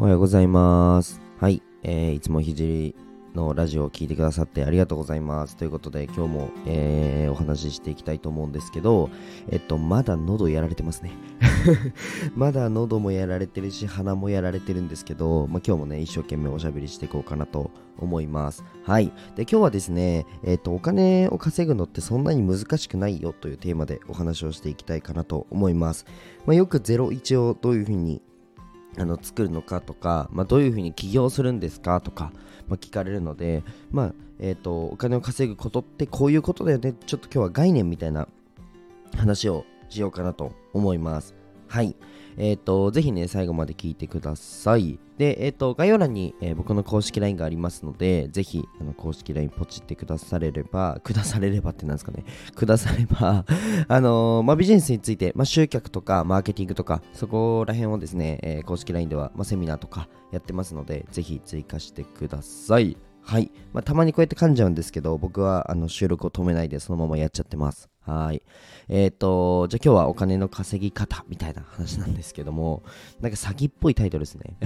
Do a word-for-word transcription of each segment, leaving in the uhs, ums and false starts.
おはようございます。はい、えーいつもひじりのラジオを聞いてくださってありがとうございます。ということで今日も、えーお話ししていきたいと思うんですけど、えっとまだ喉やられてますね。まだ喉もやられてるし鼻もやられてるんですけど、まあ、今日もね一生懸命おしゃべりしていこうかなと思います。はい。で今日はですね、えっとお金を稼ぐのってそんなに難しくないよというテーマでお話をしていきたいかなと思います。まあ、よくゼロイチをどういうふうにあの作るのかとか、まあ、どういうふうに起業するんですかとか、まあ、聞かれるので、まあえーと、お金を稼ぐことってこういうことだよね。ちょっと今日は概念みたいな話をしようかなと思います。はい。えっ、と、ぜひね、最後まで聞いてください。で、えっ、と、概要欄に、えー僕の公式 ライン がありますので、ぜひ、あの公式 ライン ポチってくだされれば、くだされればってなんですかね。くだされば、あのーまあ、ビジネスについて、まあ、集客とか、マーケティングとか、そこら辺をですね、えー公式 ライン では、まあ、セミナーとかやってますので、ぜひ追加してください。はい。まあ、たまにこうやって噛んじゃうんですけど、僕はあの収録を止めないでそのままやっちゃってます。はい。えっ、と、じゃあ今日はお金の稼ぎ方みたいな話なんですけども、なんか詐欺っぽいタイトルですね。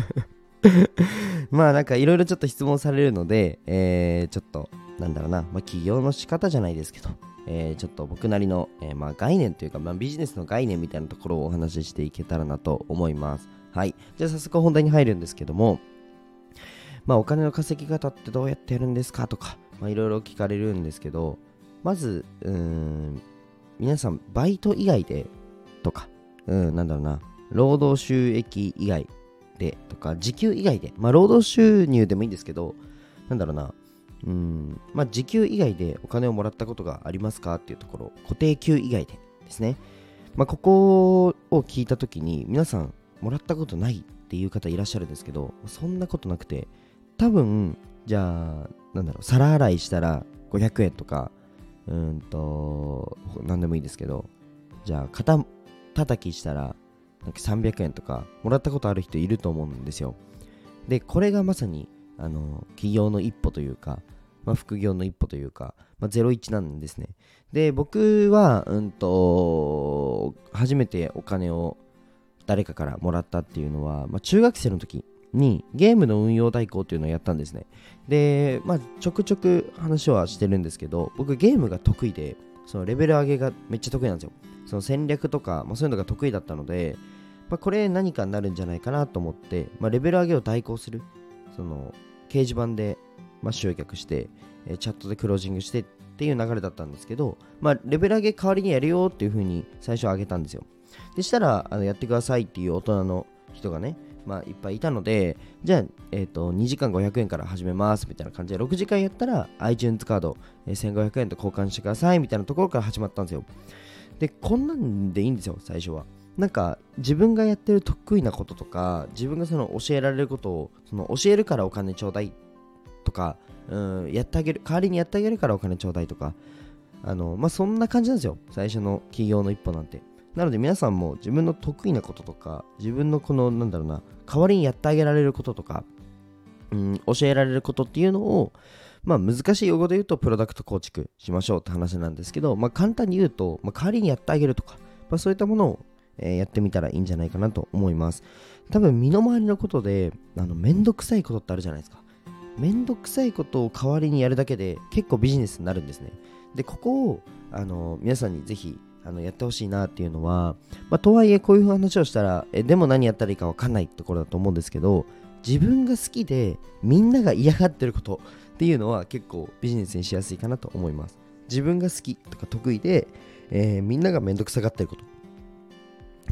まあなんかいろいろちょっと質問されるので、えー、ちょっと、なんだろうな、まあ起業の仕方じゃないですけど、えー、ちょっと僕なりの、えーまあ、概念というか、まあ、ビジネスの概念みたいなところをお話ししていけたらなと思います。はい。じゃあ早速本題に入るんですけども、まあ、お金の稼ぎ方ってどうやってやるんですかとか、まあ、いろいろ聞かれるんですけど、まず、うーん、皆さん、バイト以外でとか、うん、なんだろうな、労働収益以外でとか、時給以外で、まあ、労働収入でもいいんですけど、なんだろうな、うん、まあ、時給以外でお金をもらったことがありますかっていうところ、固定給以外でですね。まあ、ここを聞いたときに、皆さん、もらったことないっていう方いらっしゃるんですけど、そんなことなくて、多分じゃあなんだろう皿洗いしたらごひゃくえんとかうーんと何でもいいですけど、じゃあ肩叩きしたらなんかさんびゃくえんとかもらったことある人いると思うんですよ。でこれがまさにあの起業の一歩というか、まあ、副業の一歩というか、まあ、ゼロイチなんですね。で僕はうんと初めてお金を誰かからもらったっていうのは、まあ、中学生の時にゲームの運用代行っていうのをやったんですね。で、まあ、ちょくちょく話はしてるんですけど、僕ゲームが得意で、そのレベル上げがめっちゃ得意なんですよ。その戦略とか、まあ、そういうのが得意だったので、まあ、これ何かになるんじゃないかなと思って、まあ、レベル上げを代行する、その掲示板で、まあ、集客して、えーチャットでクロージングしてっていう流れだったんですけど、まあ、レベル上げ代わりにやるよっていう風に最初上げたんですよ。でしたらあのやってくださいっていう大人の人がね、まあ、いっぱいいたので、じゃあ、えーと、にじかんごひゃくえんから始めますみたいな感じで、ろくじかんやったら iTunes カード、えーせんごひゃくえんと交換してくださいみたいなところから始まったんですよ。で、こんなんでいいんですよ、最初は。なんか、自分がやってる得意なこととか、自分がその教えられることを、その教えるからお金ちょうだいとか、うん、やってあげる、代わりにやってあげるからお金ちょうだいとか、あの、まあ、そんな感じなんですよ、最初の起業の一歩なんて。なので皆さんも自分の得意なこととか、自分のこの、なんだろうな、代わりにやってあげられることとか、うん、教えられることっていうのを、まあ難しい用語で言うとプロダクト構築しましょうって話なんですけど、まあ簡単に言うと、まあ、代わりにやってあげるとか、まあ、そういったものを、えーやってみたらいいんじゃないかなと思います。多分身の回りのことで、あの、めんどくさいことってあるじゃないですか。めんどくさいことを代わりにやるだけで結構ビジネスになるんですね。で、ここを、あの、皆さんにぜひ、あのやってほしいなっていうのは、まあ、とはいえこういう話をしたらえでも何やったらいいか分かんないところだと思うんですけど、自分が好きでみんなが嫌がってることっていうのは結構ビジネスにしやすいかなと思います。自分が好きとか得意で、えーみんながめんどくさがってること、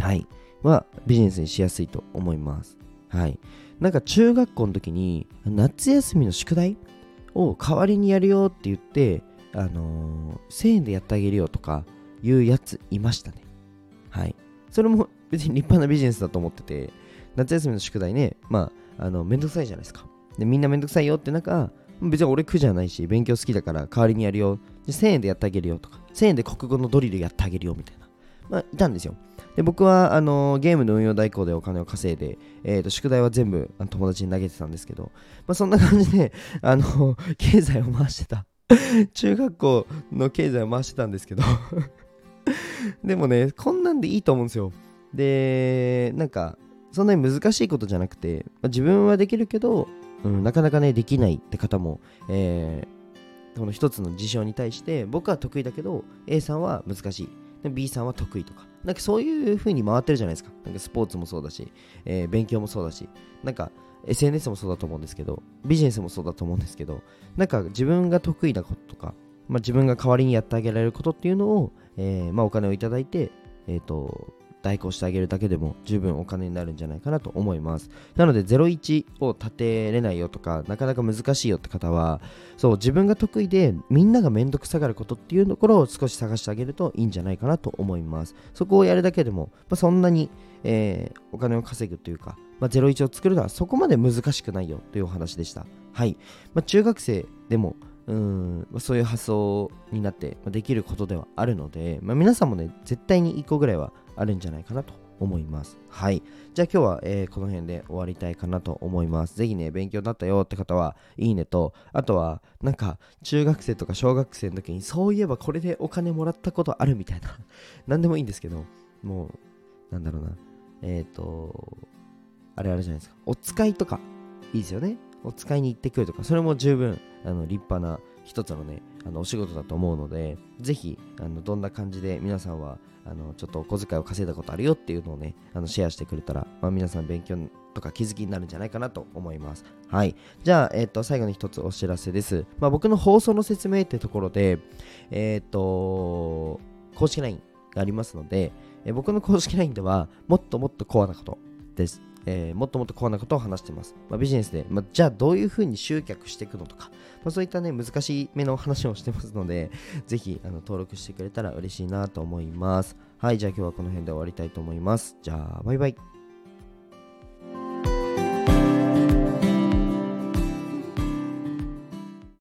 はい、はビジネスにしやすいと思います。はい。なんか中学校の時に夏休みの宿題を代わりにやるよって言って、あのーせんえんでやってあげるよとかいうやついましたね。はい。それも別に立派なビジネスだと思ってて、夏休みの宿題ね、まあ、あの、めんどくさいじゃないですか。で、みんなめんどくさいよって中、別に俺苦じゃないし、勉強好きだから代わりにやるよ。でせんえんでやってあげるよとか、せんえんで国語のドリルやってあげるよみたいな。まあ、いたんですよ。で、僕は、あのーゲームの運用代行でお金を稼いで、えーと、宿題は全部あの友達に投げてたんですけど、まあ、そんな感じで、あのー経済を回してた。中学校の経済を回してたんですけどでもね、こんなんでいいと思うんですよ。で、なんか、 そんなに難しいことじゃなくて、まあ、自分はできるけど、うん、なかなかねできないって方も、えー、この一つの事象に対して僕は得意だけど A さんは難しいで B さんは得意とか、なんかそういう風に回ってるじゃないですか。なんかスポーツもそうだし、えー勉強もそうだし、なんか エスエヌエス もそうだと思うんですけど、ビジネスもそうだと思うんですけど、なんか自分が得意なこととか、まあ、自分が代わりにやってあげられることっていうのを、えーまあ、お金をいただいて、えっと、代行してあげるだけでも十分お金になるんじゃないかなと思います。なのでゼロイチを立てれないよとか、なかなか難しいよって方は、そう、自分が得意でみんながめんどくさがることっていうところを少し探してあげるといいんじゃないかなと思います。そこをやるだけでも、まあ、そんなに、えーお金を稼ぐというか、まあ、ゼロイチを作るのはそこまで難しくないよというお話でした。はい。まあ、中学生でもうーん、まあ、そういう発想になってできることではあるので、まあ、皆さんもね、絶対にいっこぐらいはあるんじゃないかなと思います。はい。じゃあ今日は、えーこの辺で終わりたいかなと思います。ぜひね、勉強になったよって方は、いいねと、あとは、なんか、中学生とか小学生の時に、そういえばこれでお金もらったことあるみたいな、なんでもいいんですけど、もう、なんだろうな、えっ、と、あれあるじゃないですか。お使いとか、いいですよね。お使いに行ってくるとか、それも十分、あの、立派な一つのね、あの、お仕事だと思うので、ぜひ、あの、どんな感じで皆さんは、あの、ちょっとお小遣いを稼いだことあるよっていうのをね、あの、シェアしてくれたら、まあ、皆さん勉強とか気づきになるんじゃないかなと思います。はい。じゃあ、えっ、と、最後に一つお知らせです。まあ、僕の放送の説明ってところで、えっ、と、公式 ライン がありますので、えー僕の公式 ライン では、もっともっとコアなことです。えーもっともっとコアなことを話しています。まあ、ビジネスで、まあ、じゃあどういうふうに集客していくのとか、まあ、そういったね、難しめの話をしてますので、ぜひあの登録してくれたら嬉しいなと思います。はい、じゃあ今日はこの辺で終わりたいと思います。じゃあ、バイバイ。